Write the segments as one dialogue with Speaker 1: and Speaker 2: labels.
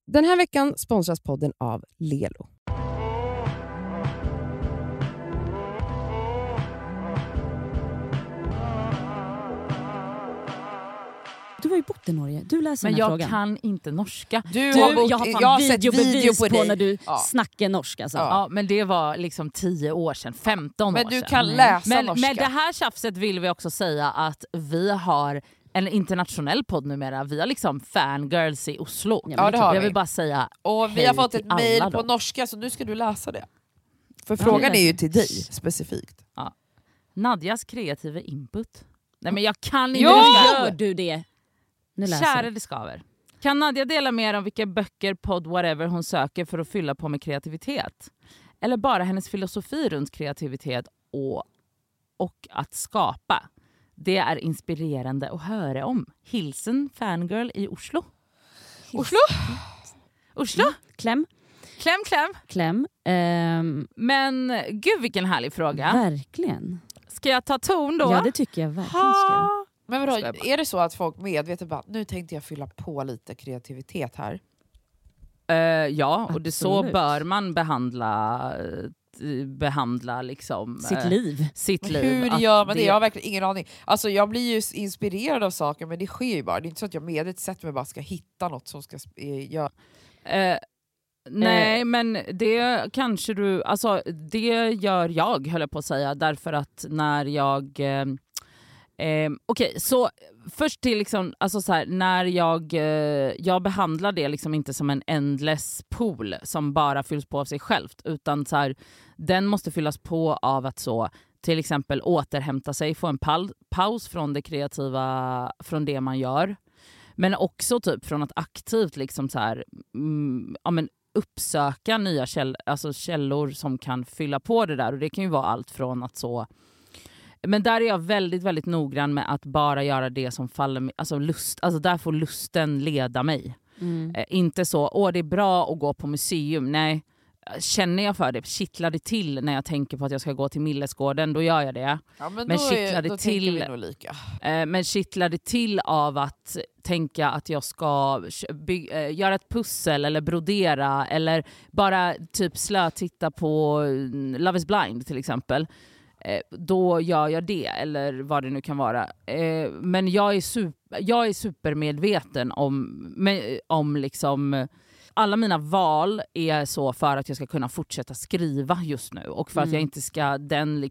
Speaker 1: Den här veckan sponsras podden av Lelo.
Speaker 2: Du har ju bott i Norge. Du läser
Speaker 3: men
Speaker 2: den här
Speaker 3: jag
Speaker 2: frågan.
Speaker 3: kan inte norska.
Speaker 2: Jag har sett video på när du snackar norska. Alltså.
Speaker 3: Ja, men det var liksom 10 år sedan, 15 år sedan.
Speaker 4: Men du kan läsa norska.
Speaker 3: Men det här tjafset vill vi också säga att vi har en internationell podd numera. Vi har liksom fangirls i Oslo.
Speaker 4: Ja, det har vi.
Speaker 3: Jag vill bara säga
Speaker 4: och vi har fått ett mejl på norska, så nu ska du läsa det. För frågan är ju till dig specifikt.
Speaker 3: Ja. Nadjas kreativa input. Nej, men jag kan inte.
Speaker 2: Gör du det?
Speaker 3: Kära det skaver. Kan Nadja dela mer om vilka böcker, podd, whatever hon söker för att fylla på med kreativitet? Eller bara hennes filosofi runt kreativitet och att skapa? Det är inspirerande att höra om. Hilsen fangirl i Oslo. Oslo?
Speaker 2: Kläm.
Speaker 3: Men gud vilken härlig fråga.
Speaker 2: Verkligen.
Speaker 3: Ska jag ta ton då?
Speaker 2: Ja, det tycker jag verkligen ska.
Speaker 4: Men vadå, är det så att folk medvetet bara, nu tänkte jag fylla på lite kreativitet här?
Speaker 3: Ja, och det så bör man behandla liksom, sitt liv.
Speaker 4: Hur gör man det? Jag har verkligen ingen aning. Alltså, jag blir ju inspirerad av saker, men det sker ju bara. Det är inte så att jag medvetet sätter mig bara ska hitta något som ska göra.
Speaker 3: Nej, men det kanske du... Alltså, det gör jag, höll jag på att säga. Därför att när jag... Okej, så först till liksom, alltså så här, när jag behandlar det liksom inte som en endless pool som bara fylls på av sig självt, utan så här, den måste fyllas på av att så till exempel återhämta sig, få en paus från det kreativa, från det man gör, men också typ från att aktivt liksom så här, uppsöka nya källor som kan fylla på det där, och det kan ju vara allt från att så. Men där är jag väldigt, väldigt noggrann med att bara göra det som faller mig, alltså lust, alltså där får lusten leda mig. Inte så, det är bra att gå på museum. Nej, känner jag för det, kittlar det till när jag tänker på att jag ska gå till Millesgården, då gör jag det.
Speaker 4: Ja, men
Speaker 3: men kittlar det till av att tänka att jag ska göra ett pussel eller brodera eller bara typ titta på Love is blind till exempel. Då gör jag det, eller vad det nu kan vara. Men jag är supermedveten om liksom, alla mina val är så för att jag ska kunna fortsätta skriva just nu, och för att jag inte ska den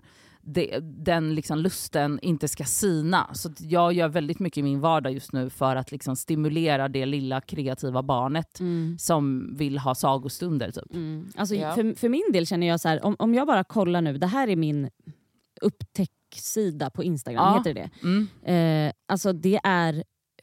Speaker 3: liksom lusten inte ska sina. Så jag gör väldigt mycket i min vardag just nu för att liksom stimulera det lilla kreativa barnet som vill ha sagostunder typ.
Speaker 2: Alltså, för min del känner jag så här, om jag bara kollar nu, det här är min upptäcksida på Instagram, heter det. Alltså det här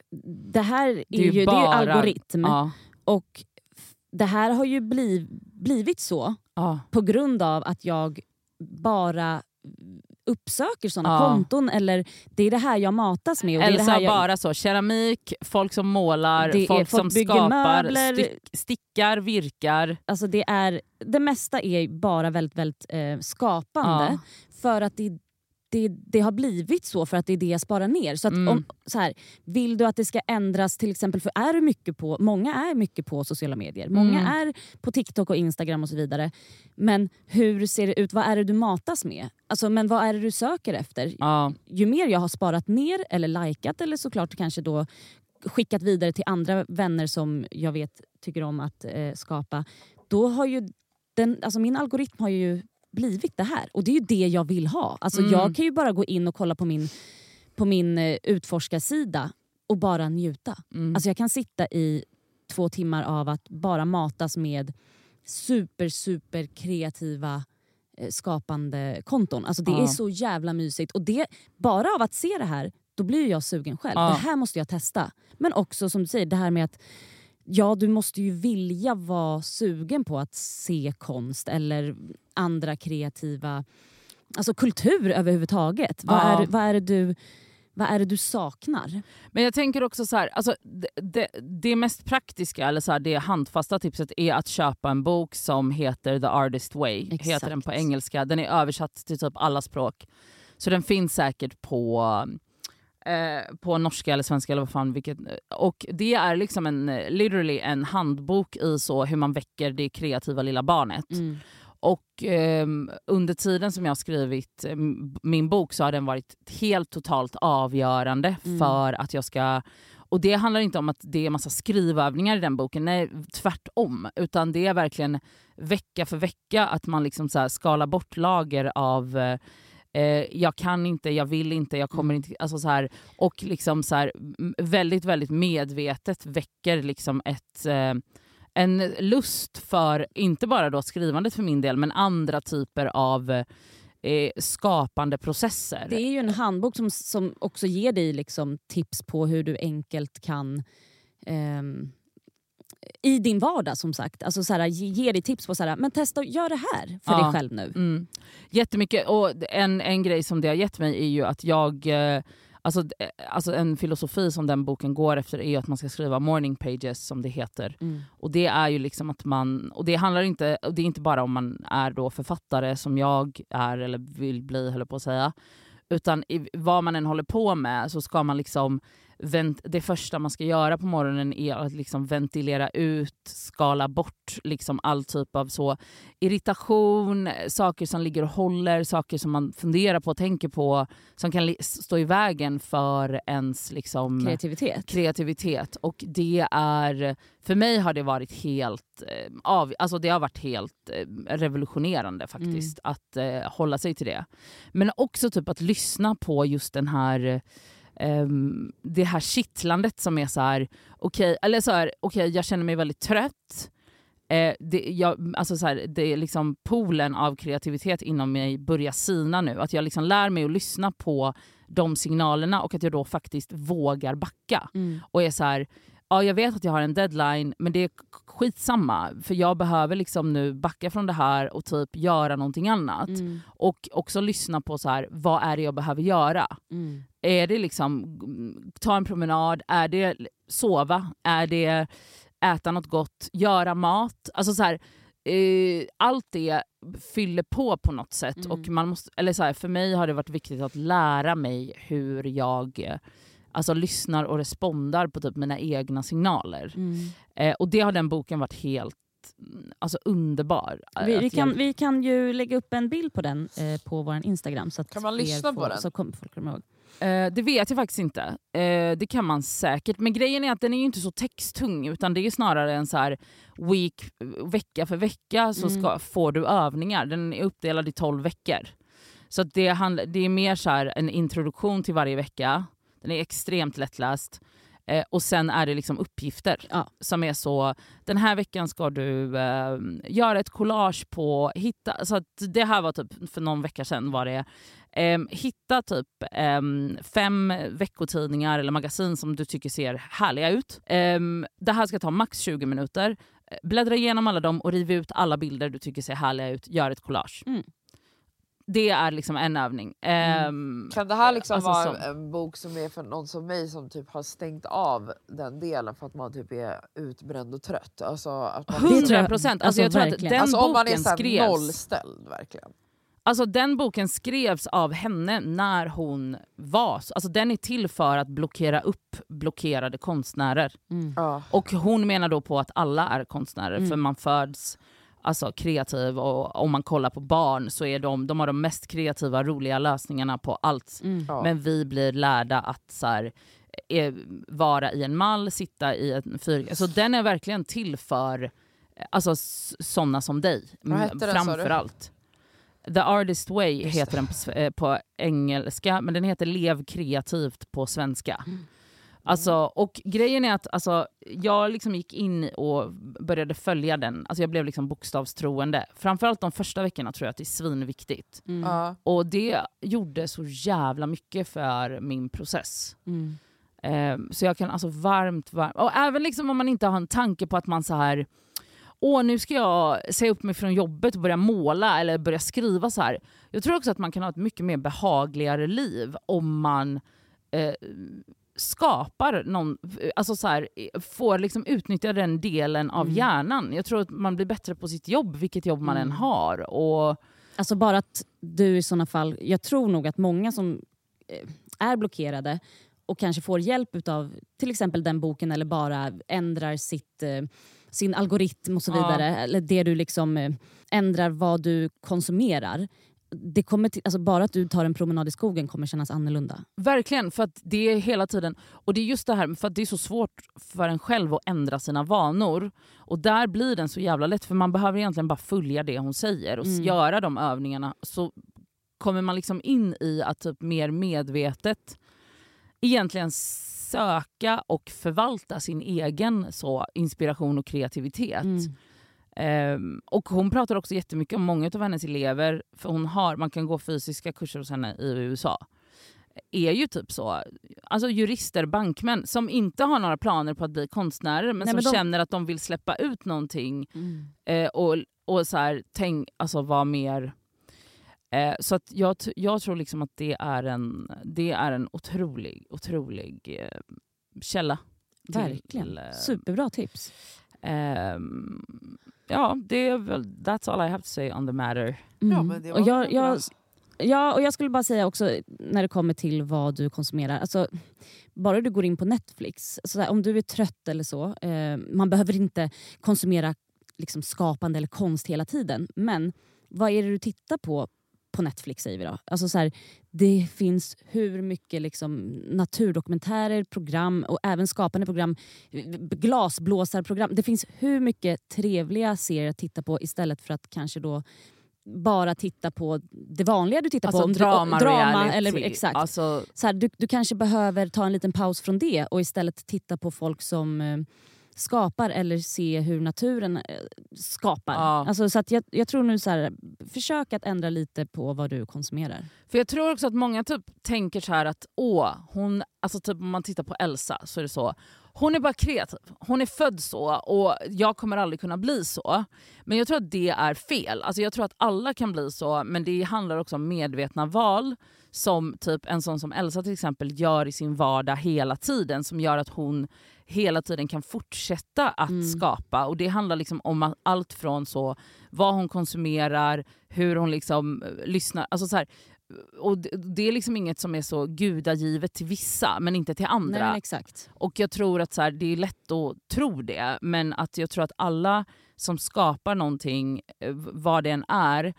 Speaker 2: är ju algoritm. Och det här har ju blivit så på grund av att jag bara uppsöker sådana konton, eller det är det här jag matas med. Och
Speaker 3: eller
Speaker 2: det är det här
Speaker 3: bara så, keramik, folk som målar, folk som skapar, stickar, virkar.
Speaker 2: Alltså det mesta är bara väldigt, väldigt skapande, för att det har blivit så, för att det är det jag sparar ner. Så att så här, vill du att det ska ändras till exempel, för många är mycket på sociala medier. Många är på TikTok och Instagram och så vidare. Men hur ser det ut? Vad är det du matas med? Alltså, men vad är det du söker efter? Ju mer jag har sparat ner eller likat, eller såklart kanske då skickat vidare till andra vänner som jag vet tycker om att skapa, då har ju min algoritm har ju blivit det här. Och det är ju det jag vill ha. Alltså jag kan ju bara gå in och kolla på min utforskarsida och bara njuta. Alltså jag kan sitta i 2 timmar av att bara matas med super kreativa skapande konton. Alltså det är så jävla mysigt. Och det, bara av att se det här, då blir jag sugen själv. Det här måste jag testa. Men också som du säger, det här med att du måste ju vilja vara sugen på att se konst eller andra kreativa, alltså kultur överhuvudtaget. Vad är det du saknar?
Speaker 3: Men jag tänker också så här, alltså det mest praktiska, eller så här, det handfasta tipset är att köpa en bok som heter The Artist Way.
Speaker 2: Exakt.
Speaker 3: Heter den på engelska. Den är översatt till typ alla språk. Så den finns säkert på på norska eller svenska eller vad fan. Och det är liksom literally en handbok i så hur man väcker det kreativa lilla barnet. Och under tiden som jag har skrivit min bok så har den varit helt totalt avgörande för att jag ska... Och det handlar inte om att det är massa skrivövningar i den boken, nej tvärtom. Utan det är verkligen vecka för vecka att man liksom så här skalar bort lager av jag kan inte, jag vill inte, jag kommer inte... Alltså så här, och liksom så här, väldigt, väldigt medvetet väcker liksom en lust för, inte bara då skrivandet för min del, men andra typer av skapande processer.
Speaker 2: Det är ju en handbok som också ger dig liksom tips på hur du enkelt kan i din vardag som sagt. Alltså såhär, ge dig tips på såhär, men testa och gör det här för dig själv nu.
Speaker 3: Jättemycket. Och en grej som det har gett mig är ju att jag... Alltså en filosofi som den boken går efter är att man ska skriva morning pages som det heter. Och det är ju liksom att man... Och det handlar inte... Och det är inte bara om man är då författare som jag är eller vill bli, höll på att säga. Utan vad man än håller på med så ska man liksom... Det första man ska göra på morgonen är att liksom ventilera ut, skala bort liksom all typ av så irritation, saker som ligger och håller, saker som man funderar på och tänker på som kan stå i vägen för ens liksom kreativitet. Och det är, för mig har det varit helt alltså det har varit helt revolutionerande faktiskt att hålla sig till det. Men också typ att lyssna på just den här det här kittlandet som är så här okej, jag känner mig väldigt trött. Det är liksom poolen av kreativitet inom mig börjar sina nu. Att jag liksom lär mig att lyssna på de signalerna och att jag då faktiskt vågar backa. Och är så här, ja, jag vet att jag har en deadline, men det är skitsamma. För jag behöver liksom nu backa från det här och typ göra någonting annat. Och också lyssna på så här, vad är det jag behöver göra? Är det liksom ta en promenad? Är det sova? Är det äta något gott? Göra mat? Alltså så här, allt det fyller på något sätt. Och man måste, eller så här, för mig har det varit viktigt att lära mig hur jag lyssnar och respondar på typ mina egna signaler. Och det har den boken varit helt underbar.
Speaker 2: Vi kan ju lägga upp en bild på den på vår Instagram. Så att
Speaker 4: kan man lyssna på den? Så
Speaker 2: kommer folk komma ihåg.
Speaker 3: Det vet jag faktiskt inte. Det kan man säkert. Men grejen är att den är ju inte så texttung, utan det är snarare en så här vecka för vecka så får du övningar. Den är uppdelad i 12 veckor. Så att det är mer så här en introduktion till varje vecka. Den är extremt lättläst. Och sen är det liksom uppgifter som är så, den här veckan ska du göra ett collage på, hitta, så att det här var typ för någon vecka sedan var det, hitta typ 5 veckotidningar eller magasin som du tycker ser härliga ut. Det här ska ta max 20 minuter. Bläddra igenom alla dem och riv ut alla bilder du tycker ser härliga ut. Gör ett collage. Det är liksom en övning.
Speaker 4: Kan det här liksom vara en bok som är för någon som mig som typ har stängt av den delen för att man typ är utbränd och trött? Alltså, att man
Speaker 3: 100%. Alltså, jag tror att den
Speaker 4: alltså, om man är
Speaker 3: boken skrevs...
Speaker 4: nollställd verkligen.
Speaker 3: Alltså den boken skrevs av henne när hon var... Alltså den är till för att blockera upp blockerade konstnärer. Och hon menar då på att alla är konstnärer. För man föds... Alltså kreativ, och om man kollar på barn så är de har de mest kreativa, roliga lösningarna på allt. Men vi blir lärda att så här, vara i en mall, sitta i en fyr. Alltså den är verkligen till för alltså sådana som dig. Framförallt. The Artist Way heter den på engelska, men den heter Lev kreativt på svenska. Alltså, och grejen är att alltså, jag liksom gick in och började följa den. Alltså jag blev liksom bokstavstroende. Framförallt de första veckorna tror jag att det är svinviktigt. Och det gjorde så jävla mycket för min process. Så jag kan alltså varmt. Och även liksom om man inte har en tanke på att man så här... nu ska jag säga upp mig från jobbet och börja måla eller börja skriva så här. Jag tror också att man kan ha ett mycket mer behagligare liv om man... skapar någon, alltså så här, får liksom utnyttja den delen av hjärnan. Jag tror att man blir bättre på sitt jobb, vilket jobb man än har. Och...
Speaker 2: Alltså bara att du i såna fall, jag tror nog att många som är blockerade och kanske får hjälp av till exempel den boken eller bara ändrar sin algoritm och så vidare. Eller det du liksom ändrar vad du konsumerar. Det kommer alltså bara att du tar en promenad i skogen kommer kännas annorlunda.
Speaker 3: Verkligen, för att det är hela tiden, och det är just det här för att det är så svårt för en själv att ändra sina vanor, och där blir den så jävla lätt, för man behöver egentligen bara följa det hon säger och göra de övningarna, så kommer man liksom in i att typ mer medvetet egentligen söka och förvalta sin egen så inspiration och kreativitet. Och hon pratar också jättemycket om många av hennes elever, för man kan gå fysiska kurser hos henne i USA, är ju typ så, alltså jurister, bankmän som inte har några planer på att bli konstnärer, men som känner att de vill släppa ut någonting och så här, alltså vara mer. Så att jag tror liksom att det är en otrolig källa.
Speaker 2: Verkligen. Superbra tips.
Speaker 3: Ja, det är väl that's all I have to say on the matter.
Speaker 4: Ja, men det var
Speaker 2: och jag skulle bara säga också när det kommer till vad du konsumerar. Alltså, bara du går in på Netflix, alltså, om du är trött eller så, man behöver inte konsumera liksom, skapande eller konst hela tiden. Men vad är det du tittar på Netflix, säger vi då? Alltså, så här, det finns hur mycket liksom, naturdokumentärer, program och även skapande program, glasblåsarprogram. Det finns hur mycket trevliga serier att titta på istället för att kanske då bara titta på det vanliga du tittar
Speaker 3: alltså
Speaker 2: på.
Speaker 3: Drama
Speaker 2: eller exakt.
Speaker 3: Alltså,
Speaker 2: så här, du kanske behöver ta en liten paus från det och istället titta på folk som skapar eller se hur naturen skapar. Ja. Alltså, så att jag tror nu så här, försök att ändra lite på vad du konsumerar.
Speaker 3: För jag tror också att många typ tänker så här att hon, alltså typ om man tittar på Elsa så är det så, hon är bara kreativ. Hon är född så och jag kommer aldrig kunna bli så. Men jag tror att det är fel. Alltså jag tror att alla kan bli så, men det handlar också om medvetna val som typ en sån som Elsa till exempel gör i sin vardag hela tiden, som gör att hon hela tiden kan fortsätta att skapa. Och det handlar liksom om allt från så vad hon konsumerar, hur hon liksom lyssnar, alltså så här. Och det är liksom inget som är så gudagivet till vissa men inte till andra.
Speaker 2: Nej, exakt.
Speaker 3: Och jag tror att så här, det är lätt att tro det, men att jag tror att alla som skapar någonting, vad det än är,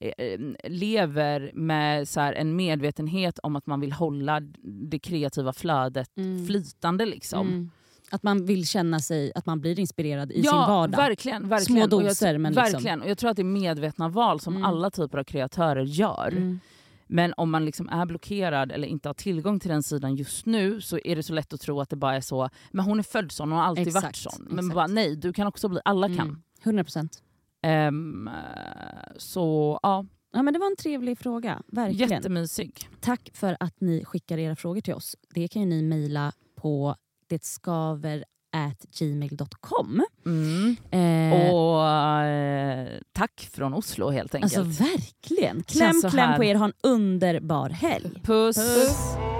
Speaker 3: lever med så här, en medvetenhet om att man vill hålla det kreativa flödet flytande liksom.
Speaker 2: Att man vill känna sig, att man blir inspirerad i sin vardag.
Speaker 3: Verkligen.
Speaker 2: Små doser. Men
Speaker 3: verkligen.
Speaker 2: Liksom.
Speaker 3: Och jag tror att det är medvetna val som alla typer av kreatörer gör. Men om man liksom är blockerad eller inte har tillgång till den sidan just nu, så är det så lätt att tro att det bara är så, men hon är född sån och har alltid varit sån. Men bara nej, du kan också bli, alla kan.
Speaker 2: 100%.
Speaker 3: Så ja.
Speaker 2: Ja, men det var en trevlig fråga, verkligen.
Speaker 3: Jättemysig.
Speaker 2: Tack för att ni skickar era frågor till oss. Det kan ju ni mejla på detskaver@gmail.com.
Speaker 3: Och tack från Oslo helt enkelt.
Speaker 2: Alltså verkligen. Kläm på er, ha en underbar helg.
Speaker 3: Puss.